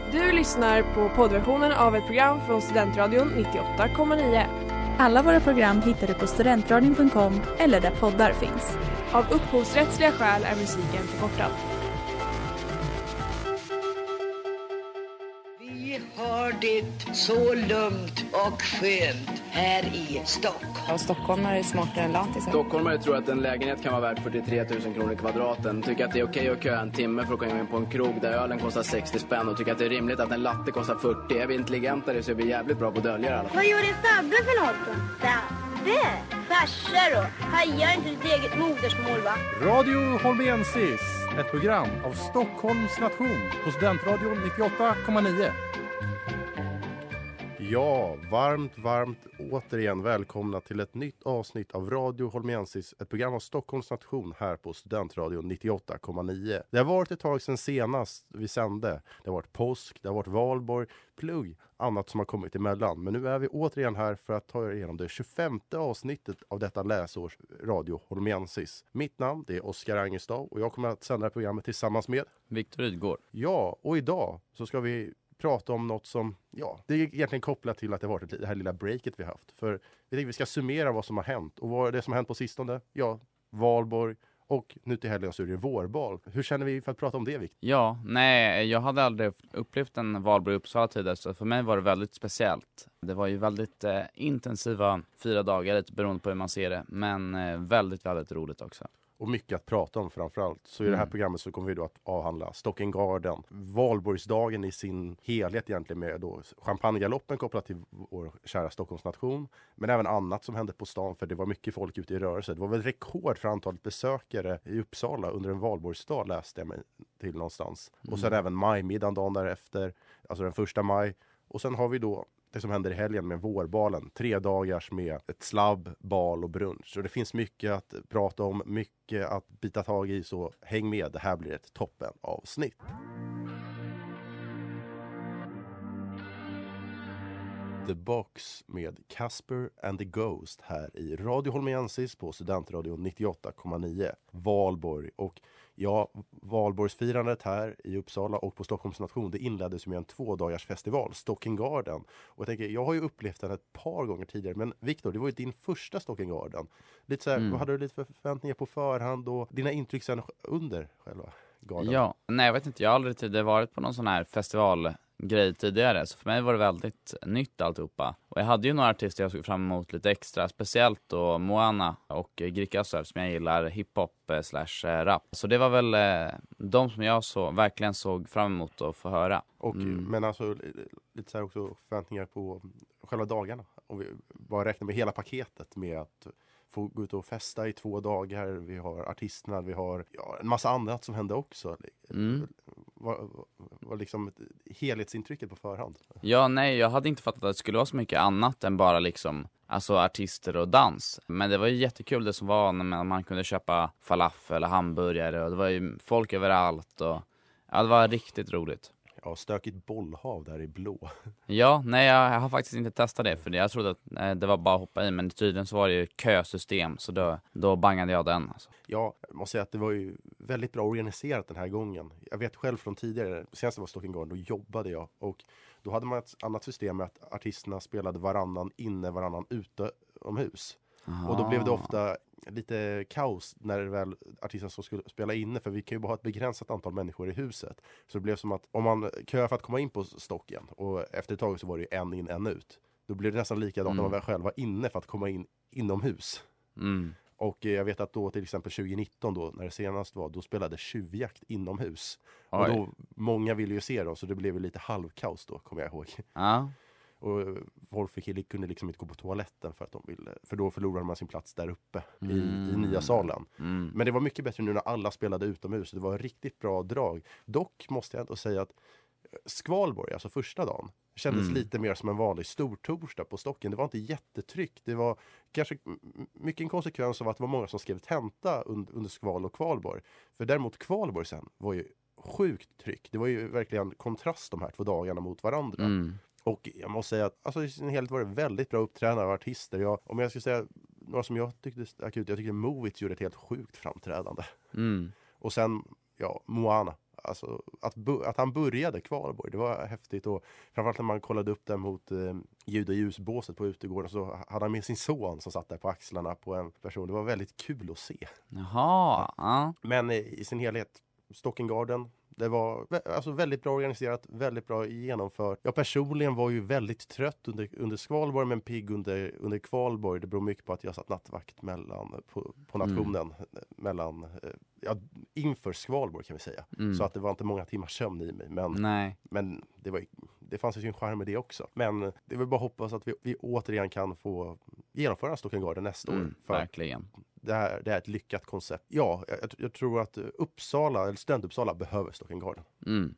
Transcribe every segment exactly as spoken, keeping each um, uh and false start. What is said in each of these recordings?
Du lyssnar på poddversionen av ett program från Studentradion nittioåtta komma nio. Alla våra program hittar du på studentradion punkt com eller där poddar finns. Av upphovsrättsliga skäl är musiken förkortad. Vi har det så lugnt och skönt här i Stockholm. Ja, stockholmare är smartare än lantisar. Stockholmare tror att en lägenhet kan vara värd fyrtiotre tusen kronor kvadraten. Tycker att det är okej att köa en timme för att komma in på en krog där ölen kostar sextio spänn. Och tycker att det är rimligt att en latte kostar fyrtio. Är vi intelligentare så är vi jävligt bra på att dölja det alla. Vad gör din Fabbe för något då? Fabbe? Farsa då? Hajar inte ditt eget modersmål va? Radio Holmiensis, ett program av Stockholms nation på Studentradion nittioåtta komma nio. Ja, varmt, varmt återigen välkomna till ett nytt avsnitt av Radio Holmiensis, ett program av Stockholms nation här på Studentradion nittioåtta komma nio. Det har varit ett tag sedan senast vi sände. Det har varit påsk, det har varit valborg, plugg, annat som har kommit emellan. Men nu är vi återigen här för att ta er igenom det tjugofemte avsnittet av detta läsårs Radio Holmiensis. Mitt namn det är Oskar Angestav och jag kommer att sända det här programmet tillsammans med Viktor Rydgård. Ja, och idag så ska vi prata om något som, ja, det är egentligen kopplat till att det har varit det här lilla breaket vi har haft. För vi tänkte vi ska summera vad som har hänt. Och vad är det som har hänt på sistone? Ja, valborg och nu till helgen så är det vårbal. Hur känner vi för att prata om det, Victor? Ja, nej, jag hade aldrig upplevt en valborg i Uppsala tidigare, så för mig var det väldigt speciellt. Det var ju väldigt eh, intensiva fyra dagar, lite beroende på hur man ser det. Men eh, väldigt, väldigt roligt också. Och mycket att prata om framförallt. Så i mm. det här programmet så kommer vi då att avhandla Stocking Garden. Valborgsdagen i sin helhet egentligen med då champagnegaloppen kopplat till vår kära Stockholmsnation. Men även annat som hände på stan för det var mycket folk ute i rörelse. Det var väl rekord för antalet besökare i Uppsala under en valborgsdag läste jag mig till någonstans. Mm. Och sen även majmiddagen dagen därefter, alltså den första maj. Och sen har vi då det som händer i helgen med vårbalen. Tre dagars med ett slabb, bal och brunch. Och det finns mycket att prata om, mycket att bita tag i. Så häng med, det här blir ett toppen avsnitt. The Box med Casper and the Ghost här i Radio Holmiensis på Studentradion nittioåtta komma nio. Valborg och ja, valborgsfirandet här i Uppsala och på Stockholms nation, det inleddes med en två dagars festival, Stocking Garden. Och jag tänker, jag har ju upplevt den ett par gånger tidigare, men Victor, det var ju din första Stocking Garden. Lite så här, mm. vad hade du lite för förväntningar på förhand och dina intryck sen under själva garden? Ja, nej jag vet inte, jag har aldrig tidigare varit på någon sån här festival grej tidigare, så för mig var det väldigt nytt alltihopa. Och jag hade ju några artister jag såg fram emot lite extra, speciellt då Moana och Grikasöv som jag gillar hiphop slash rap. Så det var väl eh, de som jag så, verkligen såg fram emot att få höra. Och, mm. Men alltså lite så här också förväntningar på själva dagarna. Och vi bara räknar med hela paketet med att få gå ut och festa i två dagar. Vi har artisterna, vi har ja, en massa annat som hände också. Mm. Var, var liksom helhetsintrycket på förhand? Ja, nej, jag hade inte fattat att det skulle vara så mycket annat än bara liksom, alltså artister och dans. Men det var ju jättekul det som var när man kunde köpa falafel eller hamburgare och det var ju folk överallt och ja, det var riktigt roligt. Ja, stökigt bollhav där i blå. Ja, nej jag har faktiskt inte testat det för det. Jag trodde att nej, det var bara att hoppa i, men tydligen så var det ju kösystem så då, då bangade jag den. Alltså. Ja, jag måste säga att det var ju väldigt bra organiserat den här gången. Jag vet själv från tidigare, senast det var Stocking Garden, då jobbade jag och då hade man ett annat system med att artisterna spelade varannan inne, varannan ute om hus. Aha. Och då blev det ofta lite kaos när det väl artisterna som skulle spela inne, för vi kan ju bara ha ett begränsat antal människor i huset. Så det blev som att om man köar för att komma in på stocken och efter ett tag så var det ju en in, en ut. Då blev det nästan likadant mm. när man väl själv var inne för att komma in inomhus. Mm. Och jag vet att då till exempel tjugonitton då, när det senast var, då spelade Tjuvjakt inomhus. Oj. Och då, många ville ju se dem, så det blev ju lite halvkaos då, kommer jag ihåg. Ja. Och folk fick, kunde liksom inte gå på toaletten för att de ville, för då förlorade man sin plats där uppe mm. i, i nya salen. Mm. Men det var mycket bättre nu när alla spelade utomhus. Det var ett riktigt bra drag. Dock måste jag ändå säga att Skvalborg, alltså första dagen, kändes mm. lite mer som en vanlig stor torsdag på Stocken. Det var inte jättetryck. Det var kanske mycket en konsekvens av att det var många som skrev tenta under, under Skval och Kvalborg. För däremot Kvalborg sen var ju sjukt tryck. Det var ju verkligen kontrast de här två dagarna mot varandra. Mm. Och jag måste säga att alltså, i sin helhet var det väldigt bra uppträdande av artister. Jag, om jag skulle säga några som jag tyckte akut, jag tyckte Movits gjorde ett helt sjukt framträdande. Mm. Och sen, ja, Moana. alltså, att, bu- att han började kvalborg, det var häftigt. Och framförallt när man kollade upp den mot eh, ljud- och ljusbåset på utegården, så hade han med sin son som satt där på axlarna på en person. Det var väldigt kul att se. Jaha, ja. Men eh, i sin helhet, Stocken Garden, det var vä- alltså väldigt bra organiserat, väldigt bra genomfört. Jag personligen var ju väldigt trött under, under Skvalborg, men pigg under, under Kvalborg. Det beror mycket på att jag satt nattvakt mellan, på, på nationen, mm. mellan, eh, ja, inför Skvalborg kan vi säga. Mm. Så att det var inte många timmars sömn i mig. Men, Nej. men det, var, det fanns ju en charm med det också. Men det vill bara hoppas att vi, vi återigen kan få genomföra Stocken Garden nästa Mm, år. För verkligen. Det här, det är ett lyckat koncept. Ja, jag, jag tror att Uppsala, eller Studentuppsala, behöver Stocken Garden. Mm.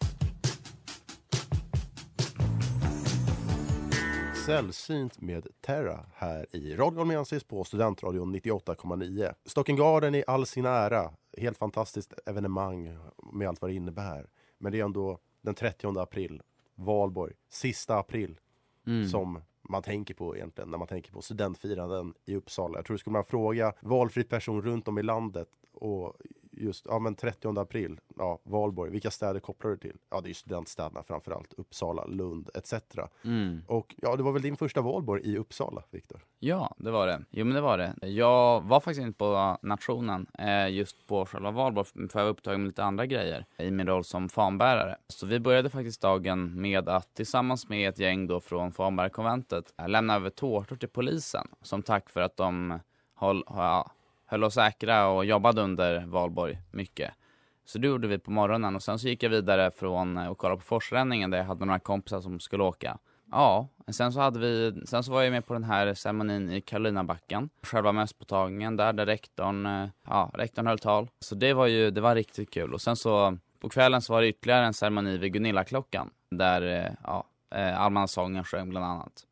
Sällsynt med Terra här i Radio Almensis på Studentradion nittioåtta komma nio. Stocken Garden i all sin ära. Helt fantastiskt evenemang med allt vad det innebär. Men det är ändå den trettionde april, valborg, sista april, Mm. som man tänker på egentligen när man tänker på studentfiranden i Uppsala. Jag tror skulle man fråga valfri person runt om i landet och just, ja men trettionde april, ja, valborg, vilka städer kopplar du till? Ja, det är ju studentstäderna framförallt, Uppsala, Lund et cetera. Mm. Och ja, det var väl din första valborg i Uppsala, Viktor? Ja, det var det. Jo, men det var det. Jag var faktiskt inte på nationen eh, just på själva valborg, för jag var upptagen med lite andra grejer i min roll som fanbärare. Så vi började faktiskt dagen med att tillsammans med ett gäng då från fanbärarkonventet lämna över tårtor till polisen som tack för att de håll, ja, höll oss säkra och jobbade under valborg mycket. Så det gjorde vi på morgonen och sen så gick jag vidare från och kollade på forsränningen där jag hade några kompisar som skulle åka. Ja, sen så hade vi, sen så var jag med på den här ceremonin i Karolinabacken. Själva mösspåtagningen där, där rektorn, ja, rektorn höll tal. Så det var ju, det var riktigt kul. Och sen så på kvällen så var det ytterligare en ceremoni vid Gunilla-klockan. Där, ja, Almanasången sjöng bland annat.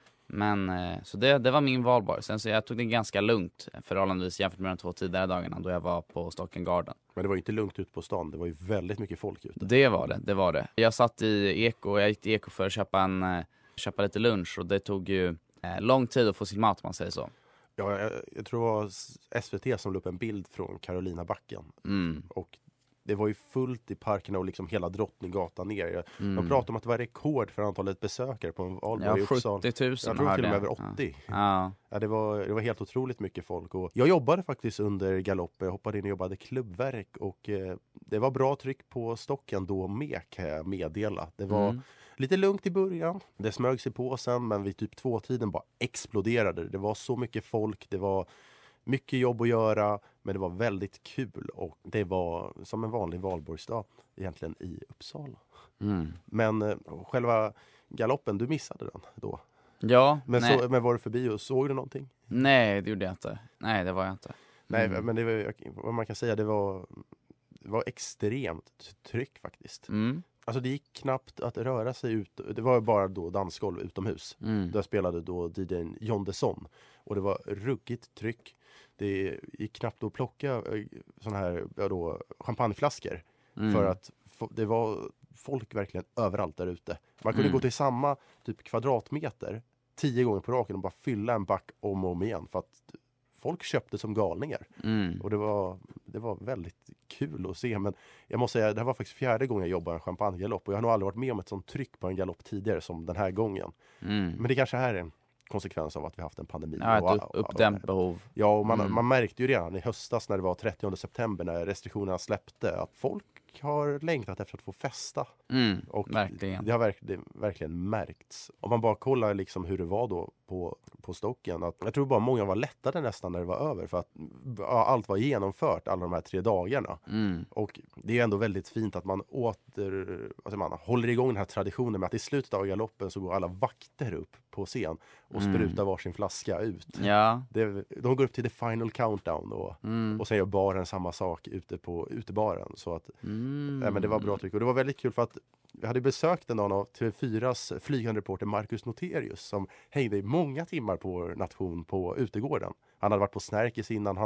Men så det, det var min valborg. Sen så jag tog det ganska lugnt förhållandevis jämfört med de två tidigare dagarna då jag var på Stocken Garden. Men det var ju inte lugnt ut på stan, det var ju väldigt mycket folk ute. Det var det, det var det. Jag satt i Eko, jag gick till Eko för att köpa, en, köpa lite lunch och det tog ju eh, lång tid att få sin mat om man säger så. Ja, jag, jag tror det var S V T som la upp en bild från Karolinabacken. Mm. Och det var ju fullt i parkerna och liksom hela Drottninggatan ner. Jag, Mm. Man pratar om att det var rekord för antalet besökare på en valborg Ja, i Uppsala. sjuttio tusen. Jag tror hörde till och med jag. över åttio. Ja. Ja, det, var, det var helt otroligt mycket folk. Och jag jobbade faktiskt under galoppen. Jag hoppade in och jobbade klubbverk. Och eh, det var bra tryck på stocken då med, kan jag meddela. Det var Mm. lite lugnt i början. Det smög sig på sen, men vid typ två tiden bara exploderade. Det var så mycket folk. Det var mycket jobb att göra, men det var väldigt kul. Och det var som en vanlig valborgsdag egentligen i Uppsala. Mm. Men eh, själva galoppen, du missade den då. Ja, Men, nej. så, men var du förbi och såg du någonting? Nej, det gjorde jag inte. Nej, det var jag inte. Nej, Mm. men det var, vad man kan säga, det var, det var extremt tryck faktiskt. Mm. Alltså det gick knappt att röra sig ut. Det var bara då dansgolv utomhus. Mm. Där spelade då D J:n John Desson. Och det var ruggigt tryck. Det gick knappt att plocka såna här ja då, champagneflaskor. Mm. För att f- det var folk verkligen överallt där ute. Man kunde Mm. gå till samma typ kvadratmeter tio gånger på raken och bara fylla en back om och om igen. För att folk köpte som galningar. Mm. Och det var, det var väldigt kul att se. Men jag måste säga, det här var faktiskt fjärde gången jag jobbade en champagnegalopp. Och jag har nog aldrig varit med om ett sånt tryck på en galopp tidigare som den här gången. Mm. Men det kanske här är en konsekvens av att vi haft en pandemi. Ja, Och- ett upp, uppdämt behov. Ja, och man, Mm. man märkte ju redan i höstas när det var trettionde september när restriktionerna släppte att folk har längtat efter att få festa. Mm. Och Verkligen. det har verk, det verkligen märkts. Om man bara kollar liksom hur det var då på, på Stocken. Att jag tror bara många var lättade nästan när det var över. För att ja, allt var genomfört alla de här tre dagarna. Mm. Och det är ändå väldigt fint att man åter, alltså man håller igång den här traditionen med att i slutet av galoppen så går alla vakter upp på scen och Mm. sprutar varsin flaska ut. Ja. Det, de går upp till the final countdown då. Mm. Och sen gör baren samma sak ute på utebaren. Så att, Mm. nej, men det var bra tryck. Och det var väldigt kul för att vi hade besökt en av T V fyras flygande reporter Marcus Noterius som hängde i många timmar på vår nation på utegården. Han hade varit på Snärkes innan. Han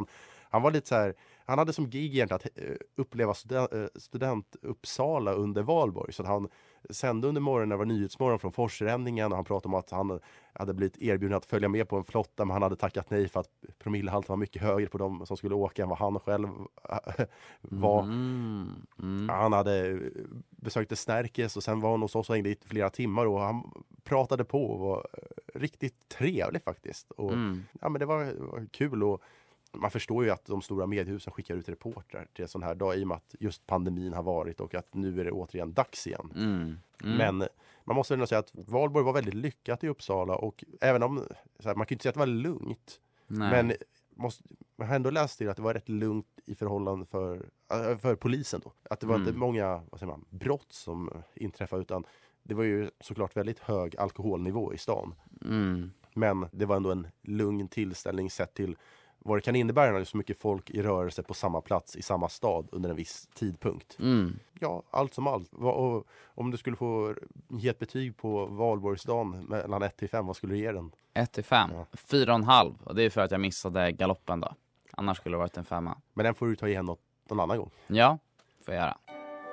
han var lite så här, han hade som gig egentligen att eh, uppleva student, eh, student Uppsala under valborg. Så att han sände under morgonen när det var nyhetsmorgon från Forsränningen och han pratade om att han hade blivit erbjuden att följa med på en flotta, men han hade tackat nej för att promillehalten var mycket högre på dem som skulle åka än vad han själv var. Mm. Mm. Han hade besökte Snärkes och sen var han hos oss och hängde i flera timmar och han pratade på och var riktigt trevlig faktiskt. Och, Mm. ja, men det var, det var kul och man förstår ju att de stora mediehusen skickar ut reportrar till en sån här dag i och med att just pandemin har varit och att nu är det återigen dags igen. Mm. Mm. Men man måste ändå säga att valborg var väldigt lyckat i Uppsala och även om så här, man kan ju inte säga att det var lugnt. Nej. Men måste, man har ändå läst till att det var rätt lugnt i förhållande för, för polisen då. Att det var Mm. inte många vad säger man, brott som inträffade utan det var ju såklart väldigt hög alkoholnivå i stan. Mm. Men det var ändå en lugn tillställning sett till vad det kan innebära när det är så mycket folk i rörelse på samma plats i samma stad under en viss tidpunkt. Mm. Ja, allt som allt. Va- och om du skulle få ge ett betyg på valborgsdagen mellan ett till fem, vad skulle du ge den? ett till fem. Ja. fyra och en halv. Och det är för att jag missade galoppen då. Annars skulle det varit en femma. Men den får du ta igen något, någon annan gång. Ja, får jag göra.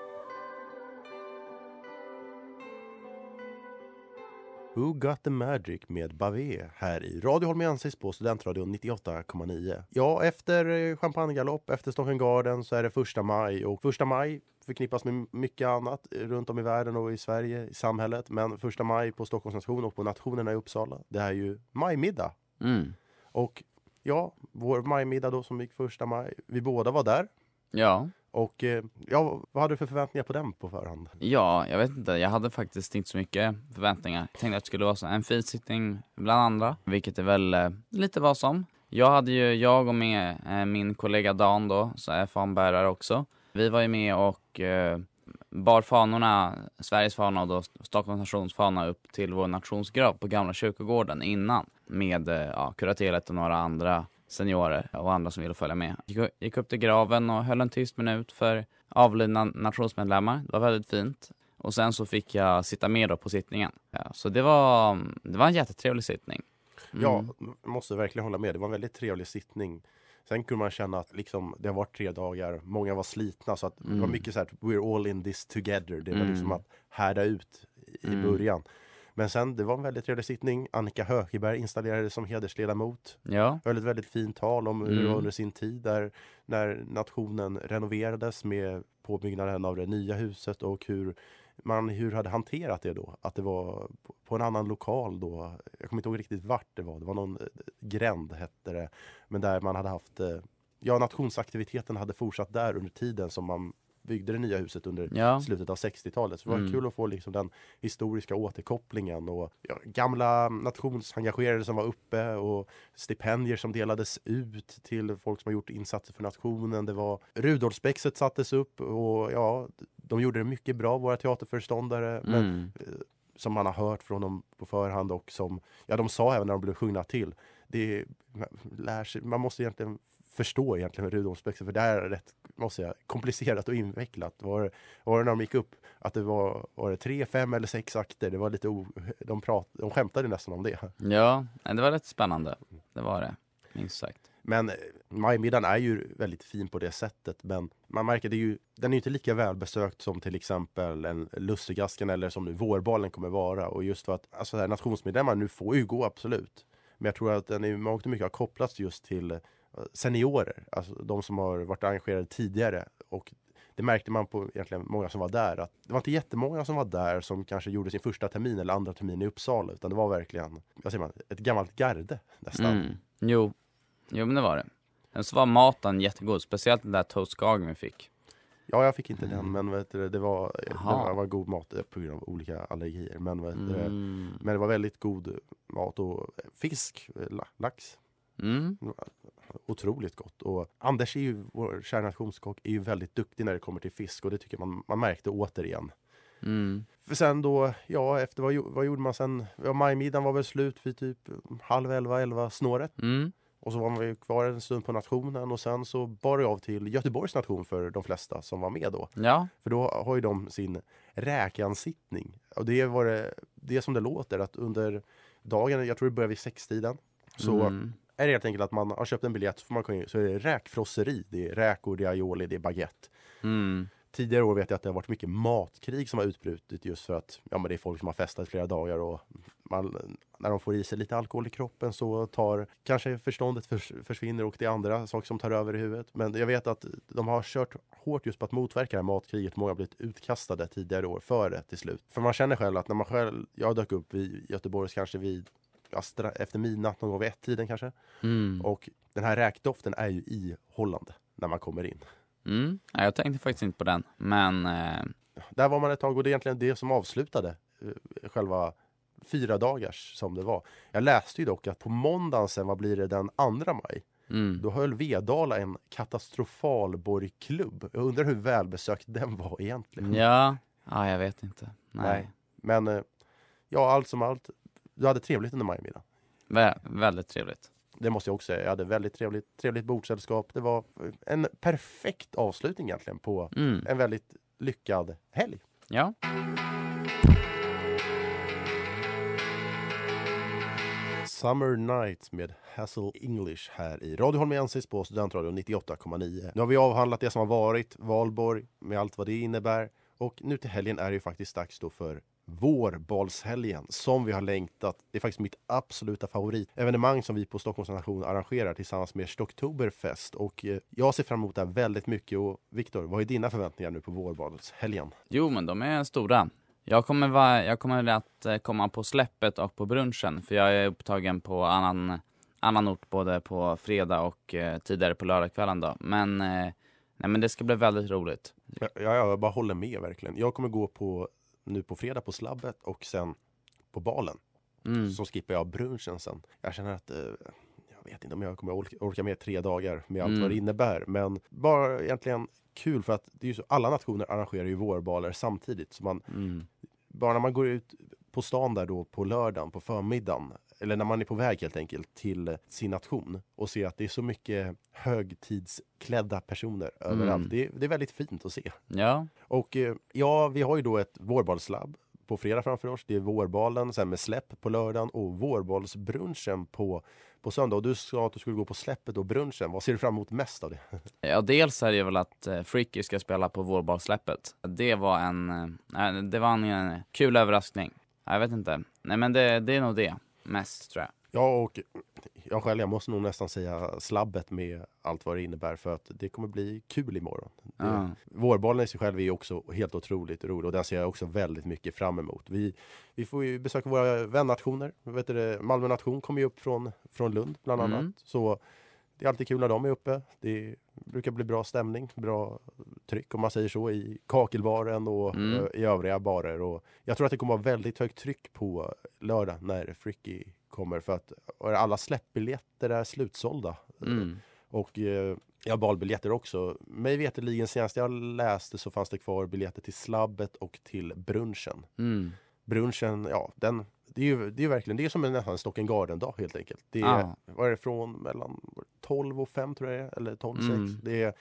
Who Got The Magic med Bavé här i Radio Holmiensis på Studentradion nittioåtta komma nio. Ja, efter eh, champagnegalopp, efter Stocken Garden så är det första maj och första maj förknippas med mycket annat runt om i världen och i Sverige, i samhället. Men första maj på Stockholms nation och på nationerna i Uppsala, det är ju majmiddag. Mm. Och ja, vår majmiddag då som gick första maj, vi båda var där. Ja. Och eh, ja, vad hade du för förväntningar på den på förhand? Ja, jag vet inte. Jag hade faktiskt inte så mycket förväntningar. Jag tänkte att det skulle vara så en finsittning bland andra, vilket är väl eh, lite vad som. Jag hade ju, jag och med eh, min kollega Dan då, så är fanbärare också. Vi var ju med och eh, bar fanorna, Sveriges fana och då Stockholms nationsfana upp till vår nationsgrav på Gamla kyrkogården innan. Med eh, ja, kuratelet och några andra seniorer och andra som ville följa med. Gick, gick upp till graven och höll en tyst minut för avlidna nationsmedlemmar. Det var väldigt fint. Och sen så fick jag sitta med då på sittningen. Ja, så det var, det var en jättetrevlig sittning. Mm. Ja, jag måste verkligen hålla med. Det var en väldigt trevlig sittning. Sen kunde man känna att liksom, det har varit tre dagar. Många var slitna så att Mm. det var mycket så här, we're all in this together. Det var Mm. liksom att härda ut i Mm. början. Men sen, det var en väldigt trevlig sittning. Annika Hökeberg installerades som hedersledamot. Ja. Väldigt, väldigt fint tal om hur det Mm. var under sin tid där när nationen renoverades med påbyggnaden av det nya huset och hur man hur hade hanterat det då. Att det var på, på en annan lokal då. Jag kommer inte ihåg riktigt vart det var. Det var någon eh, gränd hette det. Men där man hade haft, eh, ja nationsaktiviteten hade fortsatt där under tiden som man byggde det nya huset under Ja. slutet av sextiotalet. Så det var Mm. kul att få liksom den historiska återkopplingen och ja, gamla nationsengagerade som var uppe och stipendier som delades ut till folk som har gjort insatser för nationen. Det var Rudolfsspexet sattes upp och ja, de gjorde det mycket bra, våra teaterförståndare. Men Mm. som man har hört från dem på förhand och som, ja de sa även när de blev sjungna till. Det är, man, lär sig, man måste egentligen förstå egentligen Rudolfsspexet för det är rätt, måste jag, komplicerat och invecklat. Var det, var det när de gick upp att det var, var det tre, fem eller sex akter? Det var lite o, de, prat, de skämtade nästan om det. Ja, det var rätt spännande. Det var det, minst sagt. Men eh, majmiddagen är ju väldigt fin på det sättet. Men man märker det är ju, den är ju inte lika välbesökt som till exempel en Lussegasken eller som nu vårbalen kommer vara. Och just för att alltså, här, nationsmedlemmar nu får ju gå absolut. Men jag tror att den är mångt och mycket har kopplats just till eh, seniorer. Alltså de som har varit engagerade tidigare. Och det märkte man på egentligen många som var där. Att det var inte jättemånga som var där som kanske gjorde sin första termin eller andra termin i Uppsala. Utan det var verkligen, vad säger man, ett gammalt garde nästan. Mm. Jo. jo, men det var det. Men så var maten jättegod, speciellt den där toastskagen vi fick. Ja, jag fick inte den, men vet du, det var det Jaha. var god mat eh, på grund av olika allergier. Men, vet du, Mm. men det var väldigt god mat och fisk, eh, la- lax. Mm. Otroligt gott. Och Anders är ju, vår kära nationskock, är ju väldigt duktig när det kommer till fisk. Och det tycker man, man märkte återigen. Mm. För sen då, ja, efter vad, gjo- vad gjorde man sen? Ja, majmiddagen var väl slut vid typ halv elva, elva snåret. Mm. Och så var man ju kvar en stund på nationen och sen så bar det av till Göteborgs nation för de flesta som var med då. Ja. För då har ju de sin räkansittning. Och det var det, det som det låter att under dagen, jag tror det börjar vid sextiden, så Mm. är det helt enkelt att man har köpt en biljett så, får man komma in, så är det räkfrosseri, det är räkor, det är aioli, det är baguette. Mm. Tidigare år vet jag att det har varit mycket matkrig som har utbrutit just för att ja, men det är folk som har festat flera dagar och man, när de får i sig lite alkohol i kroppen så tar kanske förståndet förs, försvinner och det är andra saker som tar över i huvudet. Men jag vet att de har kört hårt just på att motverka det här matkriget. Många har blivit utkastade tidigare år före till slut. För man känner själv att när man själv, jag dök upp i Göteborgs kanske vid ja, efter midnatt någon gång vid ett tiden kanske. Mm. Och den här räkdoften är ju ihållande när man kommer in. Mm. Ja, jag tänkte faktiskt inte på den, men... Eh... Där var man ett tag och det är egentligen det som avslutade eh, själva fyra dagars som det var. Jag läste ju dock att på måndagen sen, vad blir det, den andra maj, Mm. då höll Vedala en katastrofalborgklubb. Jag undrar hur välbesökt den var egentligen. Ja, ja jag vet inte. Nej. Nej. Men eh, ja, allt som allt, du hade trevligt under majmiddag. Vä- väldigt trevligt. Det måste jag också säga. Jag hade väldigt trevligt, trevligt bordsällskap. Det var en perfekt avslutning egentligen på Mm. en väldigt lyckad helg. Ja. Summer Night med Hassel English här i Radio Holmensis på Studentradion nittioåtta komma nio. Nu har vi avhandlat det som har varit, Valborg med allt vad det innebär. Och nu till helgen är det ju faktiskt dags då för vårbalshelgen som vi har längtat. Det är faktiskt mitt absoluta favoritevenemang som vi på Stockholms nation arrangerar tillsammans med Stocktoberfest. Och eh, jag ser fram emot det här väldigt mycket. Och Viktor, vad är dina förväntningar nu på vårbalshelgen? Jo, men de är stora. Jag kommer, va- jag kommer att eh, komma på släppet och på brunchen. För jag är upptagen på annan, annan ort både på fredag och eh, tidigare på lördagskvällen då. Men, eh, nej, men det ska bli väldigt roligt. Ja, jag bara håller med verkligen. Jag kommer gå på nu på fredag på slabbet och sen på balen. Mm. Så skippar jag brunchen sen. Jag känner att eh, jag vet inte om jag kommer orka, orka med tre dagar med allt Mm. vad det innebär. Men bara egentligen kul för att det är ju så, alla nationer arrangerar ju vårbaler samtidigt. Så man, Mm. bara när man går ut på stan där då på lördagen, på förmiddagen, eller när man är på väg helt enkelt till sin nation och ser att det är så mycket högtidsklädda personer Mm. överallt. Det, är- det är väldigt fint att se. Ja. Och eh, ja, vi har ju då ett vårbalslabb på fredag framför oss. Det är vårbalen, sen med släpp på lördagen och vårbalsbrunchen på, på söndag. Och du sa att du skulle gå på släppet och brunchen. Vad ser du fram emot mest av det? Ja, dels är det väl att eh, Freaky ska spela på vårbalsläppet. Det var en, eh, det var en, en kul överraskning. Jag vet inte. Nej, men det, det är nog det mest, tror jag. Ja, och jag själv, jag måste nog nästan säga slabbet med allt vad det innebär för att det kommer bli kul imorgon. Det, Ja. Vårbalen i sig själv är ju också helt otroligt rolig och den ser jag också väldigt mycket fram emot. Vi, vi får ju besöka våra vännationer. Vet du, Malmö nation kommer ju upp från, från Lund bland annat. Mm. Så det är alltid kul när de är uppe. Det brukar bli bra stämning, bra tryck om man säger så i kakelbaren och Mm. eh, i övriga barer. Och jag tror att det kommer vara väldigt högt tryck på lördag när Freaky kommer för att alla släppbiljetter är slutsålda. Mm. Och eh, ja, balbiljetter också. Mig veterligen senast jag läste så fanns det kvar biljetter till slabbet och till brunchen. Mm. Brunchen, ja, den, det är ju det är verkligen, det är som en nästan Stocken Garden-dag helt enkelt. Det är, Ja. vad är det från mellan tolv och fem tror jag det är, eller tolv och sex. Mm. Det är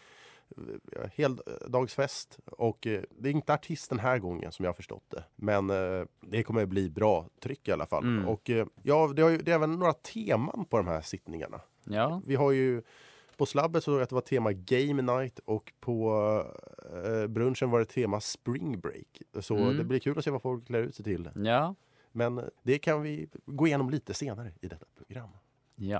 eh, heldagsfest och eh, det är inte artist den här gången som jag har förstått det. Men eh, det kommer bli bra tryck i alla fall. Mm. Och eh, ja, det, har ju, det är även några teman på de här sittningarna. Ja. Vi har ju på slabbet så att det var tema Game Night och på eh, brunchen var det tema Spring Break. Så Mm. det blir kul att se vad folk klär ut sig till. Ja. Men det kan vi gå igenom lite senare i detta program. Ja.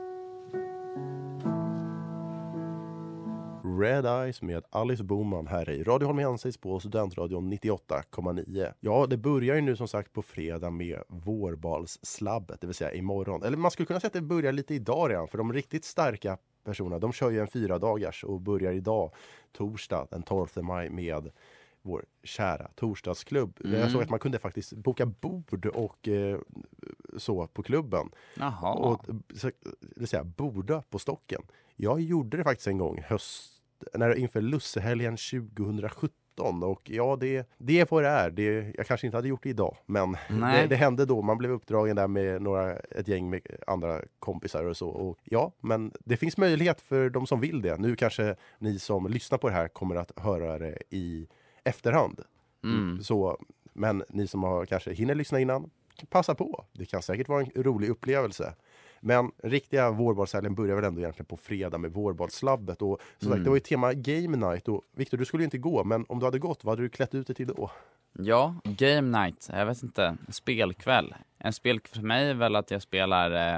Red Eyes med Alice Boman här i Radio Holmensis på Studentradion nittioåtta komma nio. Ja, det börjar ju nu som sagt på fredag med vårbalsslabbet, det vill säga imorgon. Eller man skulle kunna säga att det börjar lite idag redan, för de riktigt starka personerna, de kör ju en fyra dagars och börjar idag, torsdag den tolfte maj med vår kära torsdagsklubb. Mm. Jag såg att man kunde faktiskt boka bord och eh, så på klubben. Jaha. Och så, det vill säga borda på stocken. Jag gjorde det faktiskt en gång höst när inför Lussehelgen tjugohundrasjutton och ja, det, det är vad det är. Det, jag kanske inte hade gjort det idag, men Nej. det, det hände då. Man blev uppdragen där med några, ett gäng med andra kompisar och så. Och ja, men det finns möjlighet för de som vill det. Nu kanske ni som lyssnar på det här kommer att höra det i efterhand. Mm. Så, men ni som har kanske hinner lyssna innan, passa på. Det kan säkert vara en rolig upplevelse. Men riktiga vårbalshelgen börjar väl ändå egentligen på fredag med vårbalslabbet. Och som Mm. sagt, det var ju tema Game Night. Och Victor, du skulle ju inte gå, men om du hade gått, vad hade du klätt ut dig till då? Ja, Game Night, jag vet inte, spelkväll. En spelkväll för mig är väl att jag spelar eh,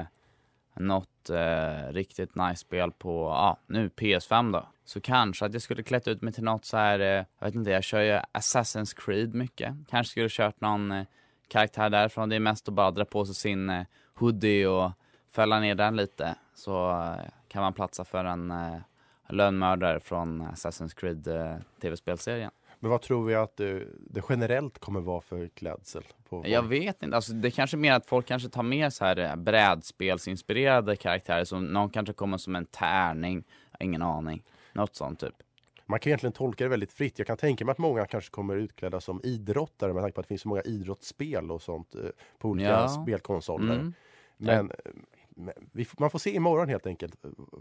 något eh, riktigt nice spel på, ja, ah, nu P S fem då. Så kanske att jag skulle klätt ut mig till något så här, eh, jag vet inte, jag kör ju Assassin's Creed mycket. Kanske skulle kört någon eh, karaktär därifrån. Det är mest att bara dra på sig sin eh, hoodie och fälla ner den lite. Så eh, kan man platsa för en eh, lönnmördare från Assassin's Creed eh, tv-spelserien. Men vad tror vi att det, det generellt kommer vara för klädsel? På Jag vet inte, alltså det är kanske mer att folk kanske tar med så här brädspelsinspirerade karaktärer, som någon kanske kommer som en tärning, ingen aning, något sånt typ. Man kan egentligen tolka det väldigt fritt. Jag kan tänka mig att många kanske kommer utklädda som idrottare med tanke på att det finns så många idrottsspel och sånt eh, på olika Ja. spelkonsoler. Mm. Men, men vi, man får se imorgon helt enkelt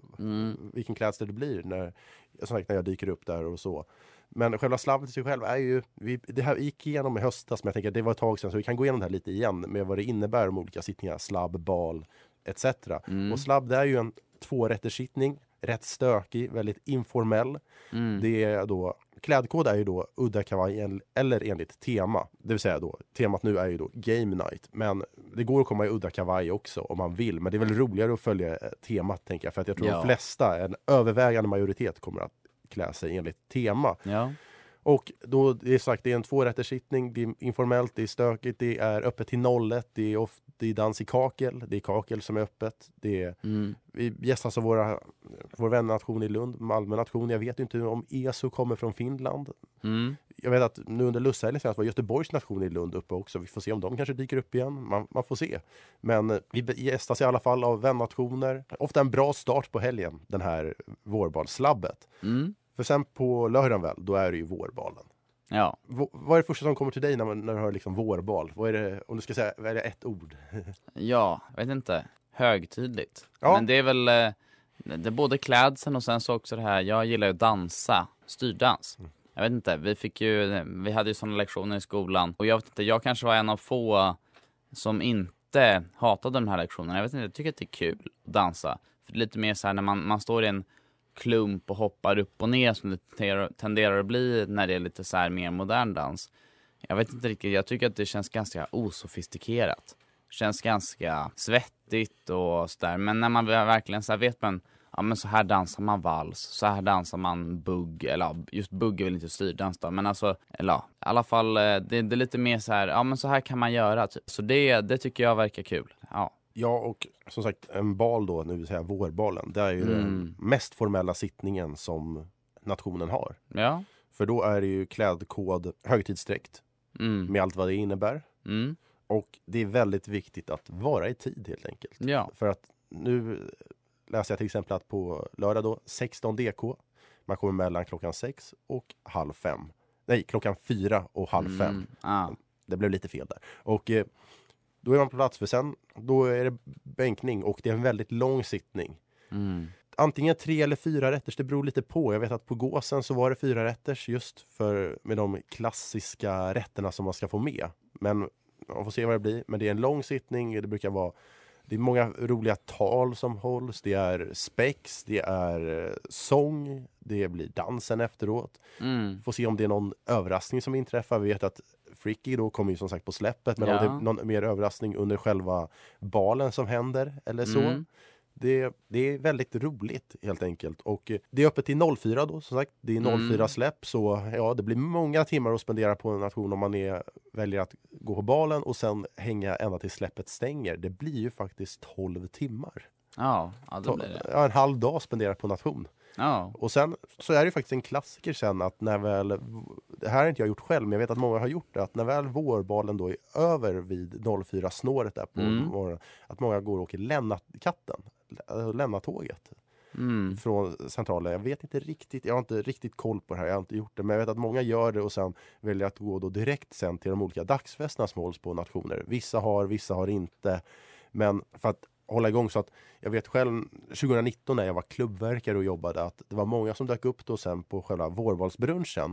Mm. vilken klädsel det blir när, som sagt, när jag dyker upp där och så. Men själva slabbet i sig själv är ju, vi, det här gick igenom i höstas, men jag tänker att det var ett tag sedan, så vi kan gå igenom det här lite igen med vad det innebär om olika sittningar, slabb, bal, et cetera. Mm. Och slabb, det är ju en tvårättersittning, rätt stökig, väldigt informell. Mm. Det är då, klädkod är ju då udda kavaj eller enligt tema. Det vill säga då, temat nu är ju då Game Night. Men det går att komma i udda kavaj också om man vill. Men det är väl roligare att följa temat, tänker jag. För att jag tror Ja. de flesta, en övervägande majoritet, kommer att klä sig enligt tema. Ja. Och då, det är sagt, det är en tvårättersittning, det är informellt, det är stökigt, det är öppet till nollet, det är, ofta, det är dans i kakel, det är kakel som är öppet, det är, Mm. vi gästas av våra, vår vännnation i Lund, Malmö nation. Jag vet ju inte om E S O kommer från Finland. Mm. Jag vet att nu under Lusshelgen senast var Göteborgs nation i Lund uppe också. Vi får se om de kanske dyker upp igen. Man, man får se. Men eh, vi gästas i alla fall av vännationer. Ofta en bra start på helgen, den här vårbalslabbet. Mm. För sen på lördagen väl, då är det ju vårbalen. Ja. V- vad är det första som kommer till dig när, man, när du hör liksom vårbal? Vad är det, om du ska säga, vad är det ett ord? Ja, jag vet inte. Högtidligt. Ja. Men det är väl eh, det är både klädseln och sen så också det här, jag gillar ju att dansa, styrdans. Mm. Jag vet inte, vi fick ju, vi hade ju sådana lektioner i skolan. Och jag vet inte, jag kanske var en av få som inte hatade de här lektionerna. Jag vet inte, jag tycker att det är kul att dansa. För det är lite mer så här när man, man står i en klump och hoppar upp och ner som det tenderar, tenderar att bli när det är lite så här mer modern dans. Jag vet inte riktigt, jag tycker att det känns ganska osofistikerat. Känns ganska svettigt och sådär. Men när man verkligen så här vet man, ja men så här dansar man vals, så här dansar man bugg, eller ja, just bugg är väl inte styrdans då, men alltså, eller ja, i alla fall det, det är lite mer så här, ja men så här kan man göra typ. Så det, det tycker jag verkar kul, ja. Ja, och som sagt, en bal då, nu vill säga vårbalen, det är ju den Mm. mest formella sittningen som nationen har. Ja. För då är det ju klädkod högtidsdräkt Mm. med allt vad det innebär. Mm. Och det är väldigt viktigt att vara i tid helt enkelt. Ja. För att nu läser jag till exempel att på lördag då, sexton D K, man kommer mellan klockan sex och halv fem. Nej, klockan fyra och halv fem. Mm. Ja. Det blev lite fel där. Och eh, då är man på plats, för sen då är det bänkning och det är en väldigt lång sittning. Mm. Antingen tre eller fyra rätters, det beror lite på. Jag vet att på gåsen så var det fyra rätters just för med de klassiska rätterna som man ska få med. Men man får se vad det blir. Men det är en lång sittning, det brukar vara, det är många roliga tal som hålls. Det är spex, det är sång, det blir dansen efteråt. Mm. Får se om det är någon överraskning som inträffar. Vi vet att Fricky då kommer ju som sagt på släppet. Men Ja. om det är någon mer överraskning under själva balen som händer eller så. Mm. Det, det är väldigt roligt helt enkelt. Och eh, det är öppet till noll fyra då, som sagt. Det är noll fyra Mm. släpp, så ja, det blir många timmar att spendera på en nation om man är, väljer att gå på balen och sen hänga ända till släppet stänger. Det blir ju faktiskt tolv timmar. Ja, ja det blir det. Ja, en halv dag spenderat på nation. Ja. Och sen så är det ju faktiskt en klassiker sen att när väl, det här har inte jag gjort själv, men jag vet att många har gjort det, att när väl vårbalen då är över vid noll fyra snåret där på Mm. morgonen, att många går och åker Lennakatten, Lennatåget Mm. från centralen. Jag vet inte riktigt, jag har inte riktigt koll på det här, jag har inte gjort det, men jag vet att många gör det och sen väljer att gå då direkt sen till de olika dagsfesterna som hålls på nationer. Vissa har, vissa har inte, men för att hålla igång, så att jag vet själv tjugonitton när jag var klubbverkare och jobbade att det var många som dök upp då sen på själva vårvalsbrunchen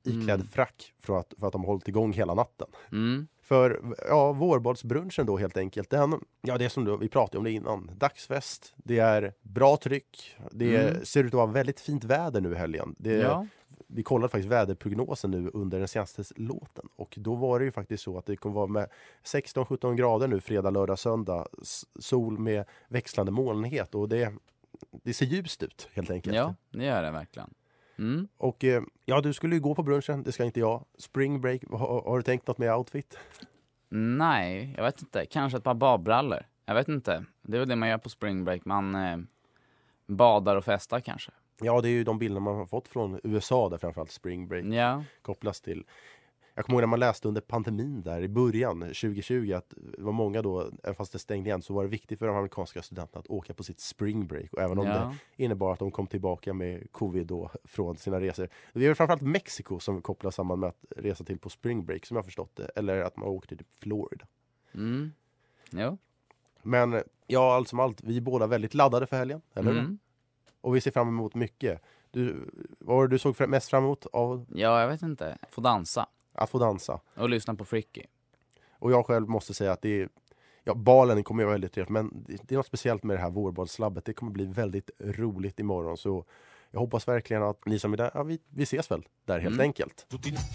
iklädd Mm. frack för att, för att de har hållit igång hela natten. Mm. För ja, vårbalsbrunchen då helt enkelt. Den, ja, det är som då, vi pratade om det innan. Dagsfest, det är bra tryck. Det Mm. ser ut att vara väldigt fint väder nu i helgen. Det, Ja. Vi kollade faktiskt väderprognosen nu under den senaste låten. Och då var det ju faktiskt så att det kommer vara med sexton sjutton grader nu fredag, lördag, söndag. S- Sol med växlande molnighet. Och det, det ser ljust ut helt enkelt. Ja, det gör det verkligen. Mm. Och eh, ja, du skulle ju gå på brunchen, det ska inte jag. Spring break, har, har du tänkt något med outfit? Nej, jag vet inte. Kanske ett par badbrallor. Jag vet inte. Det är väl det man gör på spring break. Man eh, badar och festar kanske. Ja, det är ju de bilder man har fått från U S A där framförallt spring break Ja. kopplas till. Jag kommer ihåg när man läste under pandemin där i början tjugo tjugo att det var många då, även fast det stängde igen, så var det viktigt för de amerikanska studenterna att åka på sitt spring break. Och även om Ja. det innebar att de kom tillbaka med covid då från sina resor. Det är framförallt Mexiko som kopplas samman med att resa till på spring break som jag har förstått det. Eller att man åker till typ Florida. Mm. Jo. Men ja, allt som allt, vi är båda väldigt laddade för helgen, eller hur? Mm. Och vi ser fram emot mycket. Du, vad var det du såg fram- mest fram emot av Ja, jag vet inte. Få dansa. att få dansa? Och lyssna på Fricky. Och jag själv måste säga att det är, ja, balen kommer ju vara väldigt trevligt, men det, det är något speciellt med det här vårbalslabbet. Det kommer bli väldigt roligt imorgon, så jag hoppas verkligen att ni som är där, ja, vi, vi ses väl där helt Mm. enkelt.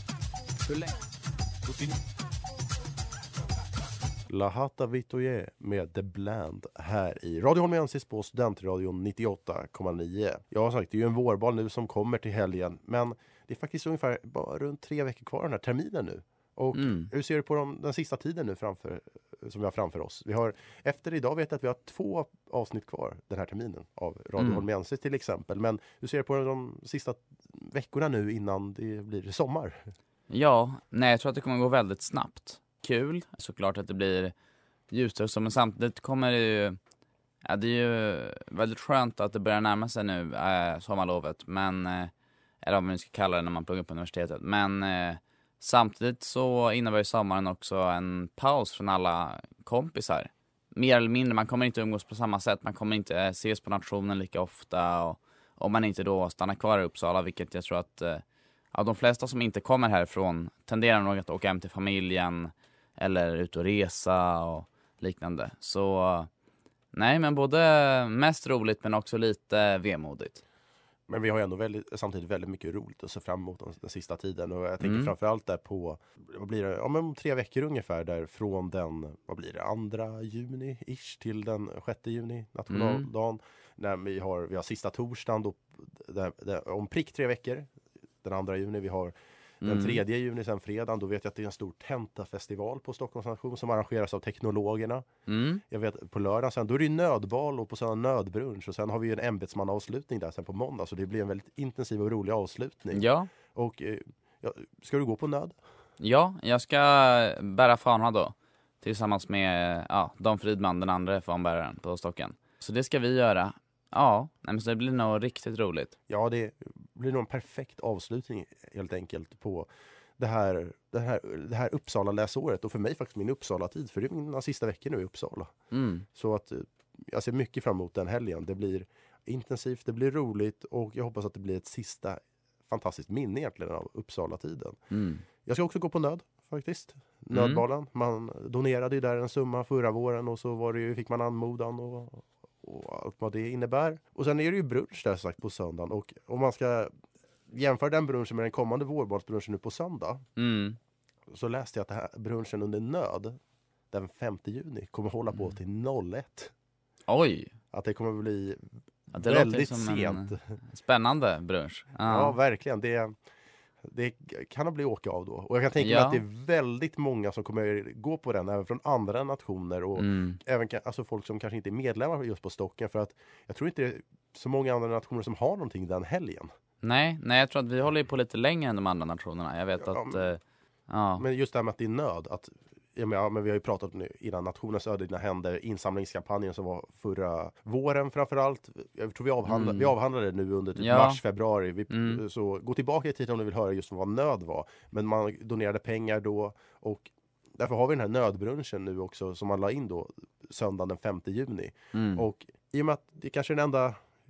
La Hata Vitoye med The Bland här i Radio Holmensis på Studentradion nittioåtta komma nio. Jag har sagt, det är ju en vårbal nu som kommer till helgen, men det är faktiskt ungefär bara runt tre veckor kvar den här terminen nu. Och Mm. hur ser du på dem, den sista tiden nu framför, som vi har framför oss? Vi har, efter idag vet jag att vi har två avsnitt kvar den här terminen av Radio Mm. Holmensis till exempel. Men hur ser du på de sista veckorna nu innan det blir sommar? Ja, nej, jag tror att det kommer gå väldigt snabbt. Kul, såklart att det blir ljusare så, men samtidigt kommer det ju, ja, det är ju väldigt skönt att det börjar närma sig nu, äh, sommarlovet, men, eh, eller vad man nu ska kalla det när man pluggar på universitetet, men eh, samtidigt så innebär ju sommaren också en paus från alla kompisar. Mer eller mindre, man kommer inte umgås på samma sätt, man kommer inte ses på nationen lika ofta, och om man inte då stannar kvar i Uppsala, vilket jag tror att eh, ja, de flesta som inte kommer härifrån tenderar nog att åka hem till familjen eller ut och resa och liknande. Så nej, men både mest roligt men också lite vemodigt. Men vi har ju ändå väldigt, samtidigt väldigt mycket roligt att se fram emot den, den sista tiden. Och jag tänker Mm. framförallt där på, vad blir det, ja, men om tre veckor ungefär där från den, vad blir det, andra juni-ish till den sjätte juni, nationaldagen. När vi har, vi har sista torsdagen då, där, där, om prick tre veckor, den andra juni, vi har den Mm. tredje juni, sen fredagen, då vet jag att det är en stor tentafestival på Stockholms nation som arrangeras av teknologerna. Mm. Jag vet på lördag sen, då är det ju nödbal och på söndag nödbrunch och sen har vi ju en ämbetsmannaavslutning där sen på måndag, så det blir en väldigt intensiv och rolig avslutning. Ja. Och eh, ja, ska du gå på nöd? Ja, jag ska bära fana då tillsammans med ja, Don Fridman, den andra fanbäraren på stocken. Så det ska vi göra. Ja, nej, men så det blir nog riktigt roligt. Ja, det blir nog en perfekt avslutning helt enkelt på det här, det här, det här Uppsala läsåret, och för mig faktiskt min Uppsala-tid, för det är mina sista veckor nu i Uppsala. Mm. Så att eh, jag ser mycket fram emot den helgen. Det blir intensivt, det blir roligt och jag hoppas att det blir ett sista fantastiskt minne egentligen av Uppsala-tiden. Mm. Jag ska också gå på nöd faktiskt. Nödbalen. Man donerade ju där en summa förra våren och så var det ju, fick man anmodan och, och allt vad det innebär. Och sen är det ju brunch där sagt på söndagen, och om man ska jämföra den brunchen med den kommande vårbalsbrunchen nu på söndag, Mm. så läste jag att det här brunchen under nöd den femte juni kommer hålla på till noll ett. Oj, Att det kommer bli ja, det låter väldigt som sent. en spännande brunch. Ja, Ja. verkligen. Det, det kan nog bli åka av då. Och jag kan tänka mig Ja. att det är väldigt många som kommer gå på den, även från andra nationer och Mm. även ka- alltså folk som kanske inte är medlemmar just på stocken, för att jag tror inte det är så många andra nationer som har någonting den helgen. Nej, nej, jag tror att vi håller ju på lite längre än de andra nationerna. Jag vet Ja, att, men- eh, ja. Men just det här med att det är nöd, att ja, men, ja, men vi har ju pratat nu innan, nationens öde i dina händer, insamlingskampanjen som var förra våren framförallt. Jag tror vi avhandlade, Mm. vi avhandlade det nu under typ Ja. mars, februari. Vi, Mm. Så gå tillbaka i tiden om du vill höra just vad nöd var. Men man donerade pengar då, och därför har vi den här nödbrunchen nu också som man la in då söndagen den femte juni. Mm. Och i och med att det kanske är den enda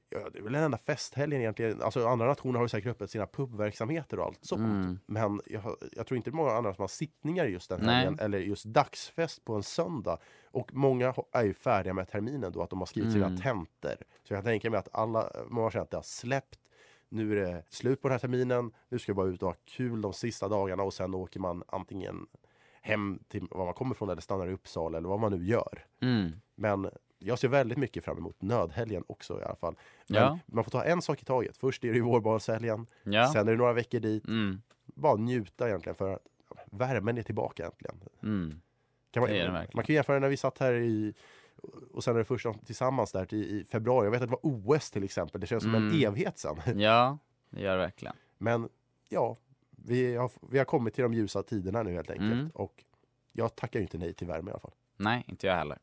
Ja, det är väl den enda festhelgen egentligen. Alltså andra nationer har ju säkert öppet sina pubverksamheter och allt sånt. Mm. Men jag, jag tror inte det är många andra som har sittningar just den helgen. Nej. Eller just dagsfest på en söndag. Och många är ju färdiga med terminen då. Att de har skrivit mm. sina tentor. Så jag tänker mig att alla, många känner att det har släppt. Nu är det slut på den här terminen. Nu ska jag bara ut och ha kul de sista dagarna. Och sen åker man antingen hem till var man kommer från. Eller stannar i Uppsala. Eller vad man nu gör. Mm. Men jag ser väldigt mycket fram emot nödhelgen också i alla fall. Men ja. Man får ta en sak i taget. Först är det ju vårbalshelgen. Ja. Sen är det några veckor dit. Mm. Bara njuta egentligen för att värmen är tillbaka egentligen. Mm. Kan man, man kan ju jämföra när vi satt här i och sen är det första tillsammans där i, i februari. Jag vet att det var O S till exempel. Det känns som mm. en evighet sedan. Ja, det gör det verkligen. Men ja, vi har, vi har kommit till de ljusa tiderna nu helt enkelt. Mm. Och jag tackar ju inte nej till värme i alla fall. Nej, inte jag heller.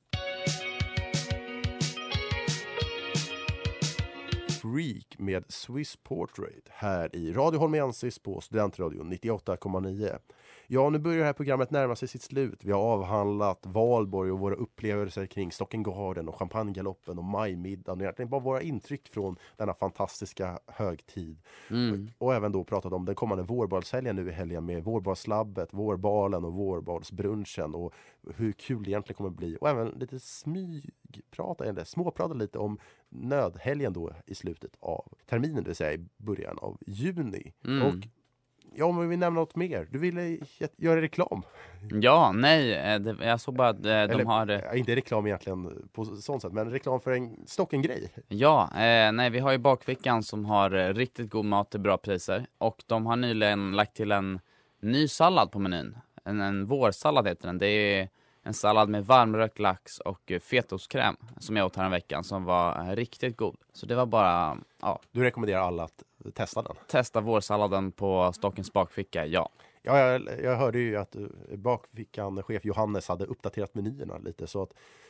Freak med Swiss Portrait här i Radio Holmensis på Studentradion nittioåtta komma nio. Ja, nu börjar det här programmet närma sig sitt slut. Vi har avhandlat Valborg och våra upplevelser kring Stocken Garden och Champagnegaloppen och majmiddagen. Och egentligen bara våra intryck från denna fantastiska högtid. Mm. Och, och även då pratat om den kommande vårbalshelgen nu i helgen med vårbalslabbet, vårbalen och vårbalsbrunchen och hur kul det egentligen kommer att bli. Och även lite smygprata, eller småprata lite om nödhelgen då i slutet av terminen, det vill säga i början av juni. Mm. Och ja, om vi vill nämna något mer. Du ville göra reklam. Ja, nej. Det, jag såg bara att de Eller, har... Inte reklam egentligen på sånt sätt, men reklam för en Stocken-grej. Ja, eh, nej, vi har ju Bakfickan som har eh, riktigt god mat till bra priser. Och de har nyligen lagt till en ny sallad på menyn. En, en vårsallad heter den. Det är en sallad med varmrökt lax och fetostkräm som jag åt här en veckan som var riktigt god. Så det var bara, ja. Du rekommenderar alla att testa den? Testa vårsalladen på Stockens bakficka, ja. Ja, jag, jag hörde ju att bakfickan, chef Johannes, hade uppdaterat menyerna lite. Så att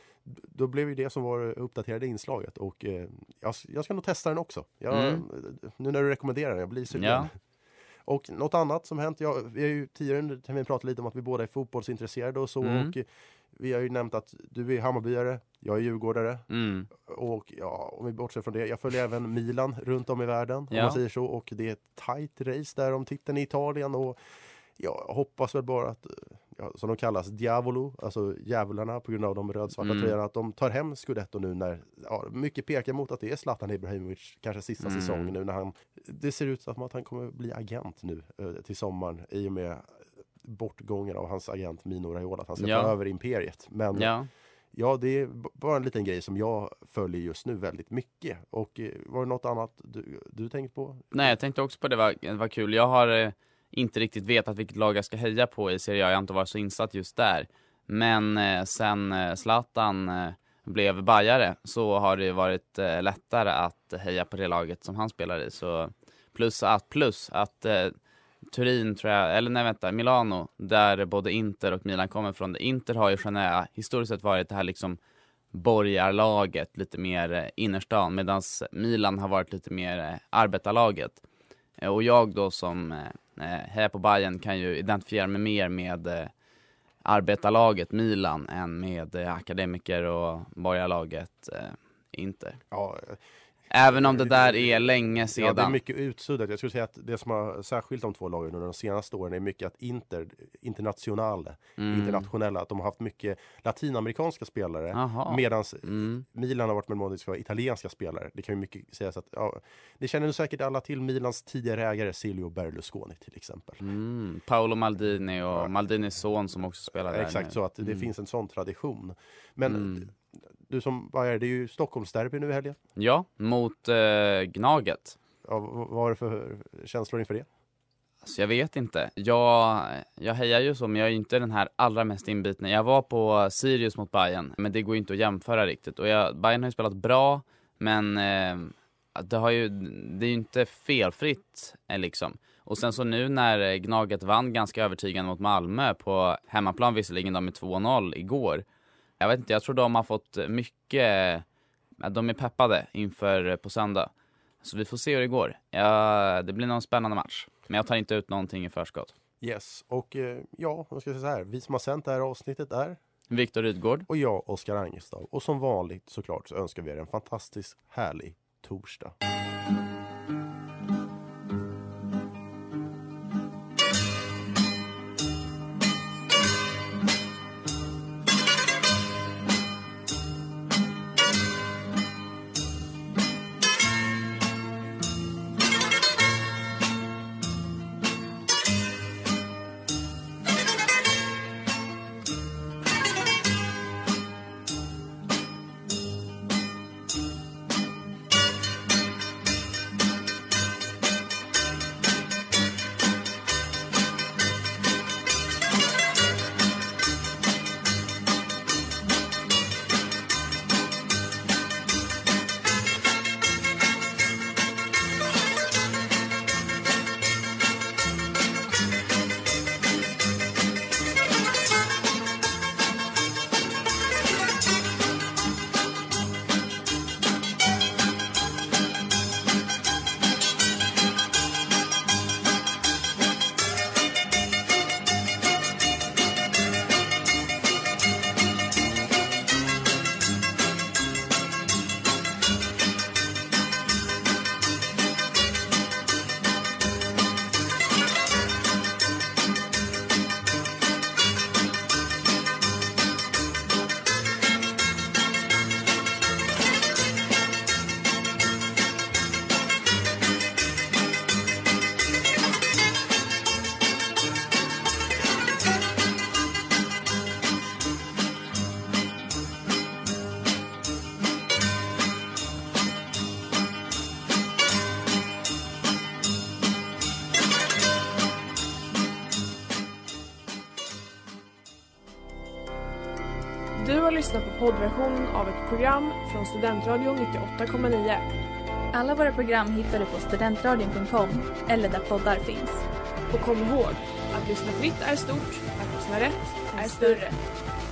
då blev ju det som var uppdaterade inslaget. Och eh, jag, jag ska nog testa den också. Jag, mm. Nu när du rekommenderar den, jag blir sugen. Ja. Och något annat som hänt, ja, vi har ju tidigare under terminen pratat lite om att vi båda är fotbollsintresserade och så. Mm. Och vi har ju nämnt att du är Hammarbyare, jag är djurgårdare. Mm. Och ja, om vi bortser från det, jag följer även Milan runt om i världen, ja. Om man säger så. Och det är ett tight race där om titeln i Italien. Och ja, jag hoppas väl bara att, ja, som de kallas, Diavolo, alltså djävularna på grund av de rödsvarta mm. tröjorna, att de tar hem Scudetto nu när, ja, mycket pekar mot att det är Zlatan Ibrahimovic, kanske sista mm. säsongen nu när han, det ser ut som att han kommer bli agent nu eh, till sommaren i och med bortgången av hans agent Mino Raiola, att han ska ja. ta över imperiet. Men ja. ja, det är bara en liten grej som jag följer just nu väldigt mycket. Och eh, var det något annat du, du tänkte på? Nej, jag tänkte också på det, var, det var kul. Jag har eh... inte riktigt vetat vilket lag jag ska heja på i Serie A. Jag har inte varit så insatt just där. Men eh, sen eh, Zlatan eh, blev bajare så har det varit eh, lättare att heja på det laget som han spelar i. Så plus att, plus att eh, Turin tror jag, eller nej vänta, Milano, där både Inter och Milan kommer från. Inter har ju generellt historiskt sett varit det här liksom borgarlaget, lite mer eh, innerstan, medan Milan har varit lite mer eh, arbetarlaget. Eh, och jag då som eh, här på Bayern kan ju identifiera mig mer med eh, arbetarlaget Milan än med eh, akademiker och borgarlaget eh, Inter. Ja, även om det där är länge sedan. Ja, det är mycket utsuddat. Jag skulle säga att det som har särskilt de två lagen under de senaste åren är mycket att Inter, internationella, mm. internationella, att de har haft mycket latinamerikanska spelare. Medan mm. Milan har varit med att vara italienska spelare. Det kan ju mycket sägas att, ja, ni känner nog säkert alla till Milans tidigare ägare Silvio Berlusconi till exempel. Mm. Paolo Maldini och ja. Maldinis son som också spelar där. Exakt, nu. Så att det mm. finns en sån tradition. Men mm. du som Bayer, det är ju Stockholmsderby nu i helgen. Ja, mot eh, Gnaget. Ja, vad var det för känslor inför det? Alltså, jag vet inte. Jag, jag hejar ju så, men jag är inte den här allra mest inbitna. Jag var på Sirius mot Bayern, men det går ju inte att jämföra riktigt. Och jag, Bayern har ju spelat bra, men eh, det, har ju, det är ju inte felfritt eh, liksom. Och sen så nu när Gnaget vann ganska övertygande mot Malmö på hemmaplan, visserligen de med två noll igår. Jag vet inte, jag tror de har fått mycket, de är peppade inför på söndag. Så vi får se hur det går. Ja, det blir någon spännande match. Men jag tar inte ut någonting i förskott. Yes, och ja, jag ska säga så här. Vi som har sänt det här avsnittet är Viktor Rydgård och jag, Oskar Angestav. Och som vanligt såklart så önskar vi er en fantastiskt härlig torsdag. Du har lyssnat på poddversionen av ett program från Studentradion nittioåtta komma nio. Alla våra program hittar du på studentradion punkt com eller där poddar finns. Och kom ihåg, att lyssna fritt är stort, att lyssna rätt är större.